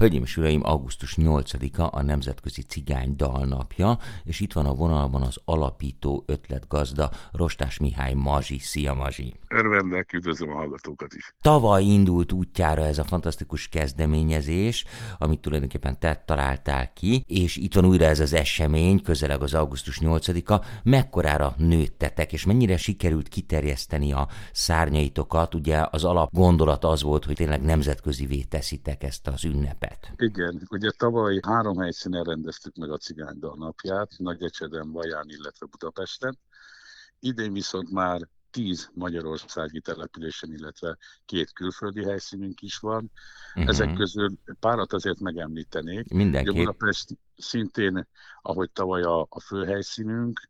Hölgyeim és uraim, augusztus 8-a a Nemzetközi Cigány Dalnapja, és itt van a vonalban az alapító ötletgazda, Rostás Mihály Mazsi. Szia, Mazsi! Örvendek, üdvözlöm a hallgatókat is. Tavaly indult útjára ez a fantasztikus kezdeményezés, amit tulajdonképpen te találtál ki, és itt van újra ez az esemény, közeleg az augusztus 8-a. Mekkorára nőttetek, és mennyire sikerült kiterjeszteni a szárnyaitokat? Ugye az alap gondolat az volt, hogy tényleg nemzetközivé teszitek ezt az ünnepet. Igen, ugye tavaly 3 helyszínen rendeztük meg a Cigánydal napját, Nagyecseden, Baján, illetve Budapesten. Idén viszont már 10 magyarországi településen, illetve 2 külföldi helyszínünk is van. Ezek közül párat azért megemlítenék. Mindenképp. Budapest szintén, ahogy tavaly a fő helyszínünk,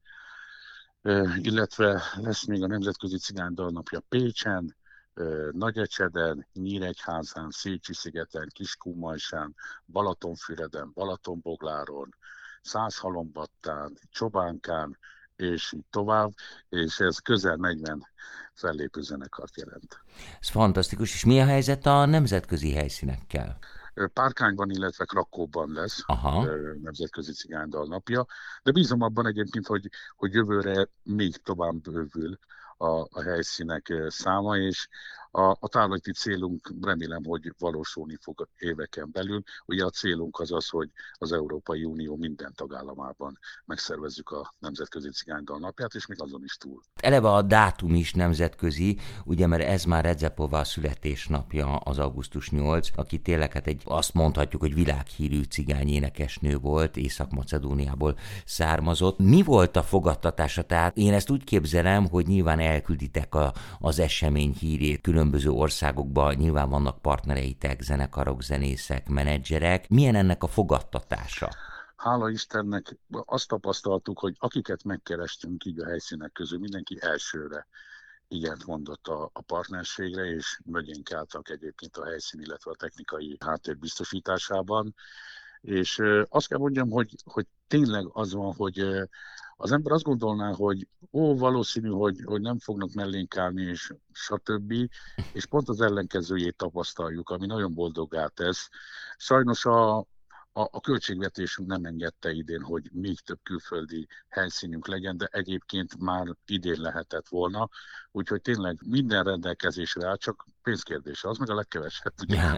illetve lesz még a Nemzetközi Cigánydal napja Pécsen, Nagyecseden, Nyíregyházán, Szécsi-szigeten, Kiskunmajsán, Balatonfüreden, Balatonbogláron, Szászhalombattán, Csobánkán, és így tovább, és ez közel 40 fellépő zenekart jelent. Ez fantasztikus, és mi a helyzet a nemzetközi helyszínekkel? Párkányban, illetve Krakóban lesz Nemzetközi Cigánydal napja, de bízom abban egyébként, hogy jövőre még tovább bővül a helyszínek száma, és a távlati célunk remélem, hogy valósulni fog éveken belül. Ugye a célunk az, hogy az Európai Unió minden tagállamában megszervezzük a Nemzetközi Cigánydal napját, és még azon is túl. Eleve a dátum is nemzetközi, ugye, mert ez már Redzepova születésnapja, az augusztus 8, aki tényleg azt mondhatjuk, hogy világhírű cigány énekesnő volt, Észak-Macedóniából származott. Mi volt a fogadtatása? Tehát én ezt úgy képzelem, hogy nyilván elkülditek az esemény hírét különböző országokban, nyilván vannak partnereitek, zenekarok, zenészek, menedzserek. Milyen ennek a fogadtatása? Hála Istennek azt tapasztaltuk, hogy akiket megkerestünk így a helyszínek közül, mindenki elsőre igent mondott a partnerségre, és mögénk álltak egyébként a helyszín, illetve a technikai háttér biztosításában. És azt kell mondjam, hogy tényleg az van, hogy az ember azt gondolná, hogy valószínű, hogy nem fognak mellénk állni, és stb. És pont az ellenkezőjét tapasztaljuk, ami nagyon boldoggá tesz. Sajnos a költségvetésünk nem engedte idén, hogy még több külföldi helyszínünk legyen, de egyébként már idén lehetett volna, úgyhogy tényleg minden rendelkezésre áll, csak pénzkérdése, az meg a legkevesebb.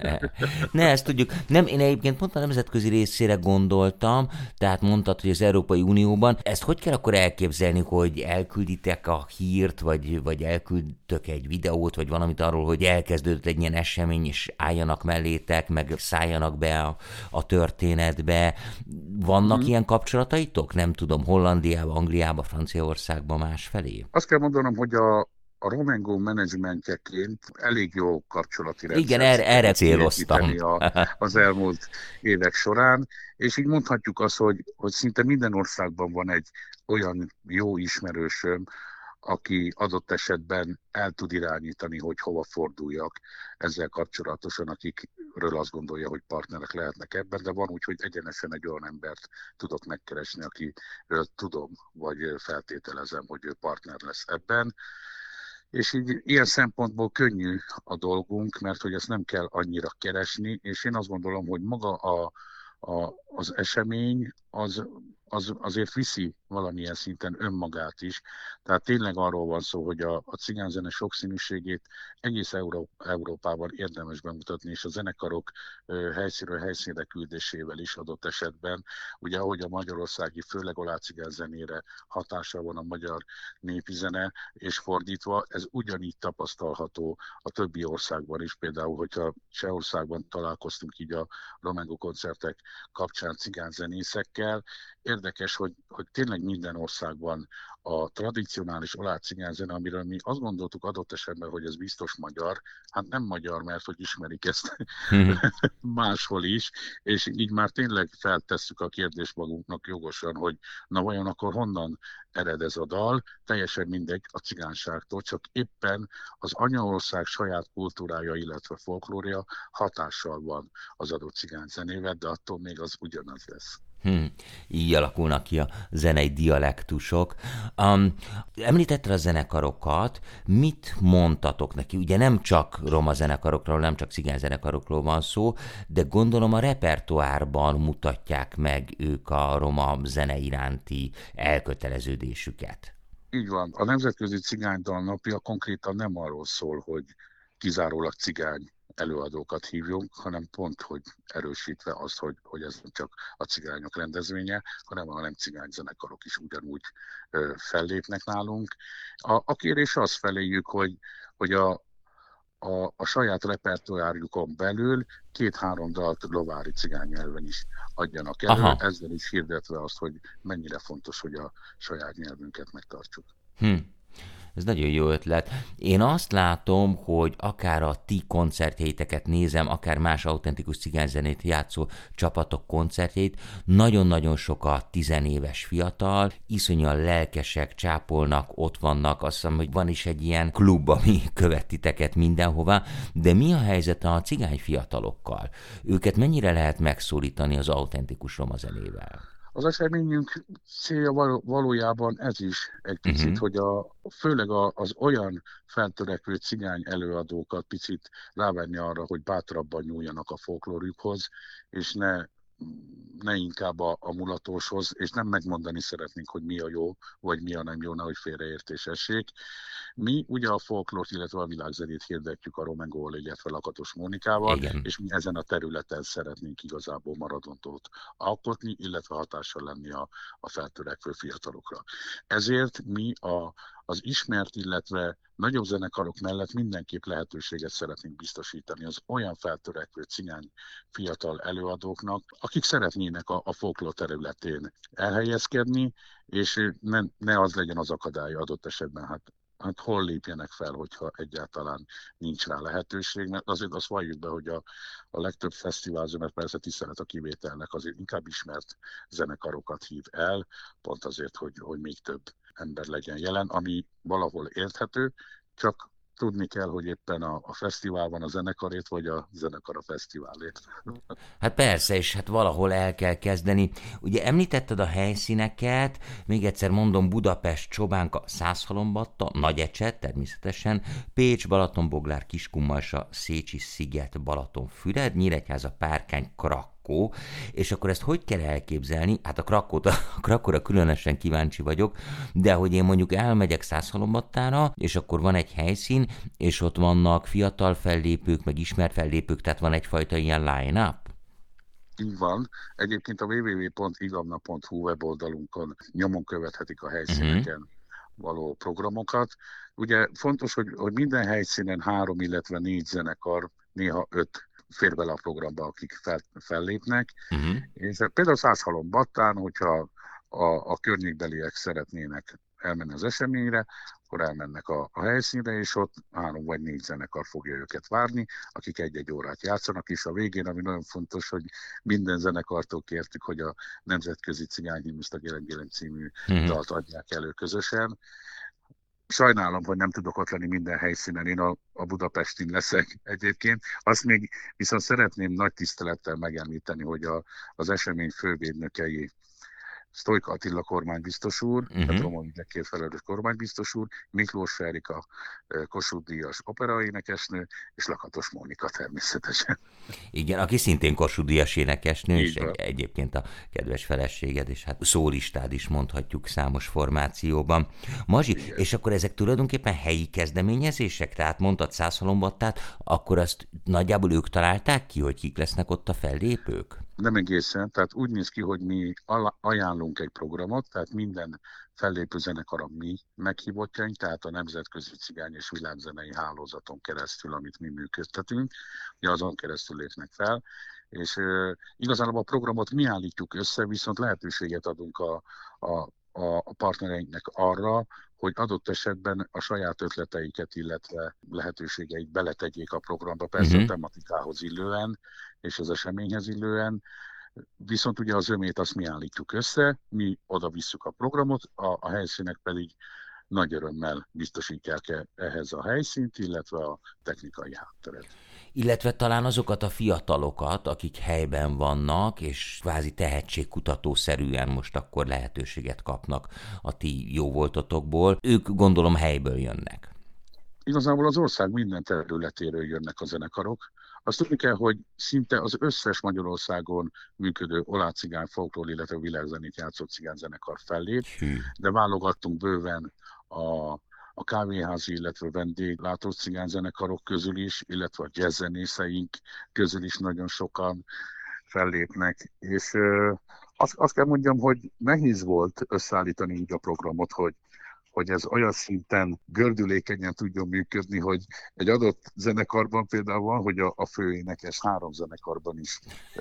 Ne, ezt tudjuk. Nem, én egyébként pont a nemzetközi részére gondoltam, tehát mondtad, hogy az Európai Unióban. Ezt hogy kell akkor elképzelni, hogy elkülditek a hírt, vagy elküldtök egy videót, vagy valamit arról, hogy elkezdődött egy ilyen esemény, és álljanak mellétek, meg szálljanak be a történetbe. Vannak ilyen kapcsolataitok? Nem tudom, Hollandiába, Angliába, Franciaországba, másfelé? Azt kell mondanom, hogy a Romango menedzsmentjeként elég jó kapcsolati rendszer. Igen, erre céloztam. Az elmúlt évek során, és így mondhatjuk azt, hogy szinte minden országban van egy olyan jó ismerősöm, aki adott esetben el tud irányítani, hogy hova forduljak ezzel kapcsolatosan, akikről azt gondolja, hogy partnerek lehetnek ebben, de van úgy, hogy egyenesen egy olyan embert tudok megkeresni, akiről tudom, vagy feltételezem, hogy ő partner lesz ebben. És így ilyen szempontból könnyű a dolgunk, mert hogy ezt nem kell annyira keresni, és én azt gondolom, hogy maga az esemény az azért viszi valamilyen szinten önmagát is. Tehát tényleg arról van szó, hogy a cigányzene sokszínűségét egész Európában érdemes bemutatni, és a zenekarok helyszínről helyszínre küldésével is adott esetben. Ugye ahogy a magyarországi, főleg olácigány zenére hatása van a magyar népi zene, és fordítva, ez ugyanígy tapasztalható a többi országban is. Például, hogyha Csehországban találkoztunk így a Romango koncertek kapcsán cigányzenészekkel, érdekes, hogy tényleg minden országban a tradicionális oláh cigányzene, amiről mi azt gondoltuk adott esetben, hogy ez biztos magyar, hát nem magyar, mert hogy ismerik ezt máshol is, és így már tényleg feltesszük a kérdést magunknak jogosan, hogy na vajon akkor honnan ered ez a dal, teljesen mindegy a cigányságtól, csak éppen az anyaország saját kultúrája, illetve folklórja hatással van az adott cigányzenével, de attól még az ugyanaz lesz. Így alakulnak ki a zenei dialektusok. Említetted a zenekarokat, mit mondtatok neki? Ugye nem csak roma zenekarokról, nem csak cigány zenekarokról van szó, de gondolom a repertoárban mutatják meg ők a roma zene iránti elköteleződésüket. Így van. A Nemzetközi Cigánydal napja konkrétan nem arról szól, hogy kizárólag cigány előadókat hívjunk, hanem pont, hogy erősítve azt, hogy ez nem csak a cigányok rendezvénye, hanem a nem cigány zenekarok is ugyanúgy fellépnek nálunk. A kérés az feléjük, hogy a saját repertoárjukon belül 2-3 dalt lovári cigány nyelven is adjanak elő, Aha. ezzel is hirdetve azt, hogy mennyire fontos, hogy a saját nyelvünket megtartsuk. Hm. Ez nagyon jó ötlet. Én azt látom, hogy akár a ti koncertjeiteket nézem, akár más autentikus cigányzenét játszó csapatok koncertjeit, nagyon-nagyon sok a tizenéves fiatal, iszonyan lelkesek, csápolnak, ott vannak, azt hiszem, hogy van is egy ilyen klub, ami követ titeket mindenhová, de mi a helyzet a cigány fiatalokkal? Őket mennyire lehet megszólítani az autentikus roma zenével? Az eseményünk célja valójában ez is egy picit, hogy főleg az olyan feltörekvő cigány előadókat picit rávenni arra, hogy bátrabban nyúljanak a folklórjukhoz, és ne inkább a mulatóshoz, és nem megmondani szeretnénk, hogy mi a jó, vagy mi a nem jó, nehogy félreértés essék. Mi ugye a folklórt, illetve a világzenét hirdetjük a Romengóval, illetve Lakatos Mónikával, Igen. és mi ezen a területen szeretnénk igazából maradontót alkotni, illetve hatással lenni a feltörekvő fiatalokra. Ezért mi az ismert, illetve nagyobb zenekarok mellett mindenképp lehetőséget szeretnénk biztosítani az olyan feltörekvő cigány fiatal előadóknak, akik szeretnének a folklór területén elhelyezkedni, és ne az legyen az akadály adott esetben, hát hol lépjenek fel, hogyha egyáltalán nincs rá lehetőség, mert azért azt valljuk be, hogy a legtöbb fesztiválzó, persze tisztelet a kivételnek, azért inkább ismert zenekarokat hív el, pont azért, hogy még több ember legyen jelen, ami valahol érthető, csak tudni kell, hogy éppen a fesztivál van a zenekarét, vagy a zenekar a fesztiválét. Hát persze, és hát valahol el kell kezdeni. Ugye említetted a helyszíneket, még egyszer mondom, Budapest, Csobánka, Szászhalombatta, Nagyecset természetesen, Pécs, Balatonboglár, Kiskunmalsa, Szécsi-sziget, Balatonfüred, Nyíregyháza, Párkány, Krakkó, és akkor ezt hogy kell elképzelni? Hát a Krakkóra különösen kíváncsi vagyok, de hogy én mondjuk elmegyek Szászhalombattára, és akkor van egy helyszín, és ott vannak fiatal fellépők, meg ismert fellépők, tehát van egyfajta ilyen line-up? Így van. Egyébként a www.igamna.hu weboldalunkon nyomon követhetik a helyszíneken való programokat. Ugye fontos, hogy minden helyszínen 3, illetve 4 zenekar, néha 5 fér bele a programba, akik fellépnek. És például Szászhalombattán, hogyha a környékbeliek szeretnének elmenni az eseményre, akkor elmennek a helyszínre, és ott 3 vagy 4 zenekar fogja őket várni, akik 1-1 órát játszanak, és a végén, ami nagyon fontos, hogy minden zenekartól kértük, hogy a Nemzetközi Cigányhimnuszt, a Gélem című dalt adják elő közösen. Sajnálom, hogy nem tudok ott lenni minden helyszínen, én a Budapestin leszek egyébként. Azt még viszont szeretném nagy tisztelettel megemlíteni, hogy az esemény fővédnökei, Sztojka Attila kormánybiztos úr, a romaügyekért felelős kormánybiztos úr, Miklós Erika Kossuth-díjas operaénekesnő, és Lakatos Mónika természetesen. Igen, aki szintén Kossuth-díjas énekesnő, és egyébként a kedves feleséged, és hát szólistád is mondhatjuk számos formációban. Mazsi, igen. És akkor ezek tulajdonképpen helyi kezdeményezések? Tehát mondtad Szászhalombattát, akkor azt nagyjából ők találták ki, hogy kik lesznek ott a fellépők? Nem egészen, tehát úgy néz ki, hogy mi ajánlunk egy programot, tehát minden fellépő zenekar a mi meghívottjaink, tehát a Nemzetközi Cigány és Világzenei Hálózaton keresztül, amit mi működtetünk, ugye azon keresztül lépnek fel, és igazából a programot mi állítjuk össze, viszont lehetőséget adunk a partnereinknek arra, hogy adott esetben a saját ötleteiket, illetve lehetőségeit beletegyék a programba, persze a tematikához illően, és az eseményhez illően, viszont ugye az ömét azt mi állítjuk össze, mi oda visszük a programot, a helyszínek pedig nagy örömmel biztosítják ehhez a helyszínt, illetve a technikai hátteret. Illetve talán azokat a fiatalokat, akik helyben vannak, és kvázi tehetségkutatószerűen most akkor lehetőséget kapnak a ti jóvoltotokból, ők gondolom helyből jönnek. Igazából az ország minden területéről jönnek a zenekarok. Azt tudni kell, hogy szinte az összes Magyarországon működő olácigány, folklór, illetve világzenét játszó cigányzenekar fellép, de válogattunk bőven a kávéházi, illetve vendéglátó cigányzenekarok közül is, illetve a jazzzenészeink közül is nagyon sokan fellépnek, és azt kell mondjam, hogy nehéz volt összeállítani így a programot, hogy ez olyan szinten gördülékenyen tudjon működni, hogy egy adott zenekarban például van, hogy a főénekes 3 zenekarban is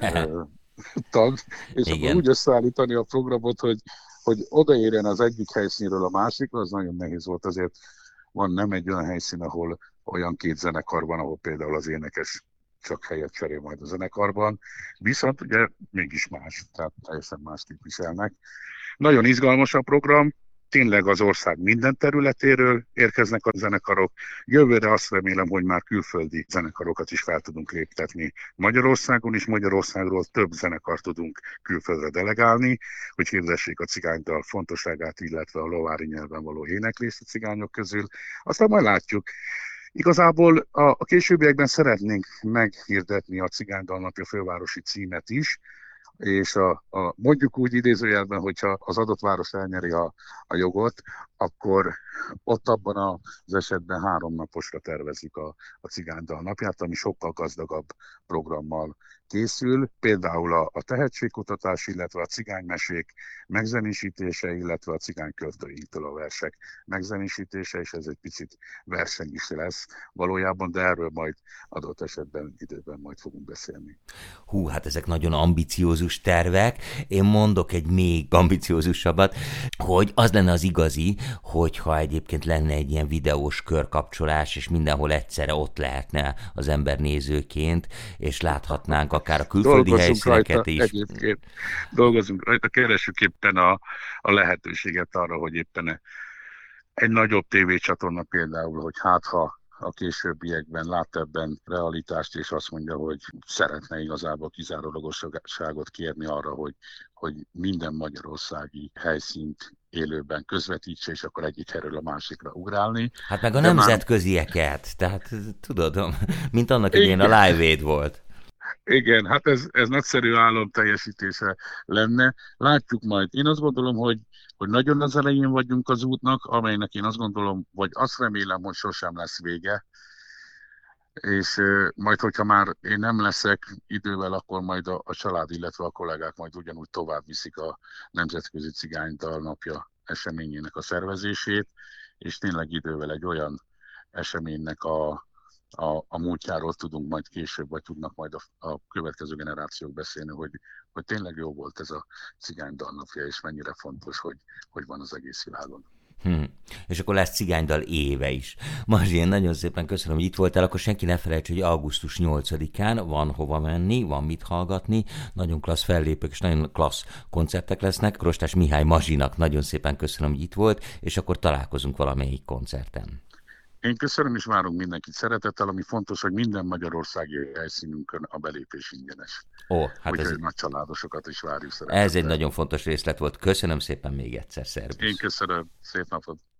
tag, és Igen. akkor úgy összeállítani a programot, hogy odaérjen az egyik helyszínről a másikra, az nagyon nehéz volt. Azért van nem egy olyan helyszín, ahol olyan 2 zenekar van, ahol például az énekes csak helyet cserél majd a zenekarban, viszont ugye mégis más, tehát teljesen más képviselnek. Nagyon izgalmas a program, tényleg az ország minden területéről érkeznek a zenekarok. Jövőre azt remélem, hogy már külföldi zenekarokat is fel tudunk léptetni Magyarországon, és Magyarországról több zenekart tudunk külföldre delegálni, hogy hirdessék a cigánydal fontosságát, illetve a lovári nyelven való éneklést a cigányok közül. Aztán majd látjuk. Igazából a későbbiekben szeretnénk meghirdetni a Cigánydal Napja fővárosi címet is, és mondjuk úgy idézőjelben, hogyha az adott város elnyeri a jogot, akkor ott abban az esetben 3 naposra tervezik a Cigánydal Napját, ami sokkal gazdagabb programmal készül, például a tehetségkutatás, illetve a cigánymesék megzenésítése, illetve a cigányköltőinktől a versek megzenésítése, és ez egy picit verseny is lesz valójában, de erről majd adott esetben időben majd fogunk beszélni. Hú, hát ezek nagyon ambiciózus tervek. Én mondok egy még ambiciózusabbat, hogy az lenne az igazi, hogyha egyébként lenne egy ilyen videós körkapcsolás, és mindenhol egyszerre ott lehetne az ember nézőként, és láthatnánk akár a külföldi helyszíneket is. Egyébként dolgozunk rajta, keressük éppen a lehetőséget arra, hogy éppen egy nagyobb tévécsatorna például, hogy hát ha a későbbiekben lát ebben realitást, és azt mondja, hogy szeretne igazából kizárólagosságot kérni arra, hogy minden magyarországi helyszínt élőben közvetítse, és akkor egyik helyről a másikra ugrálni. Hát meg a nemzetközieket, tehát tudod, mint annak idején a Live Aid volt. Igen, hát ez nagyszerű álom teljesítése lenne. Látjuk majd. Én azt gondolom, hogy nagyon az elején vagyunk az útnak, amelynek én azt gondolom, vagy azt remélem, hogy sosem lesz vége. És majd, hogyha már én nem leszek idővel, akkor majd a család, illetve a kollégák majd ugyanúgy tovább viszik a Nemzetközi Cigánydal Napja eseményének a szervezését, és tényleg idővel egy olyan eseménynek a múltjáról tudunk majd később, vagy tudnak majd a következő generációk beszélni, hogy tényleg jó volt ez a Cigánydal Napja, és mennyire fontos, hogy van az egész világon. És akkor lesz Cigánydal éve is. Mazsi, én nagyon szépen köszönöm, hogy itt voltál, akkor senki ne felejts, hogy augusztus 8-án van hova menni, van mit hallgatni, nagyon klassz fellépők és nagyon klassz koncertek lesznek. Rostás Mihály Mazsinak nagyon szépen köszönöm, hogy itt volt, és akkor találkozunk valamelyik koncerten. Én köszönöm, és várunk mindenkit szeretettel, ami fontos, hogy minden magyarországi helyszínünkön a belépés ingyenes. Hát úgyhogy nagy családosokat is várjuk szeretettel. Ez egy nagyon fontos részlet volt. Köszönöm szépen még egyszer, szervusz. Én köszönöm, szép napot.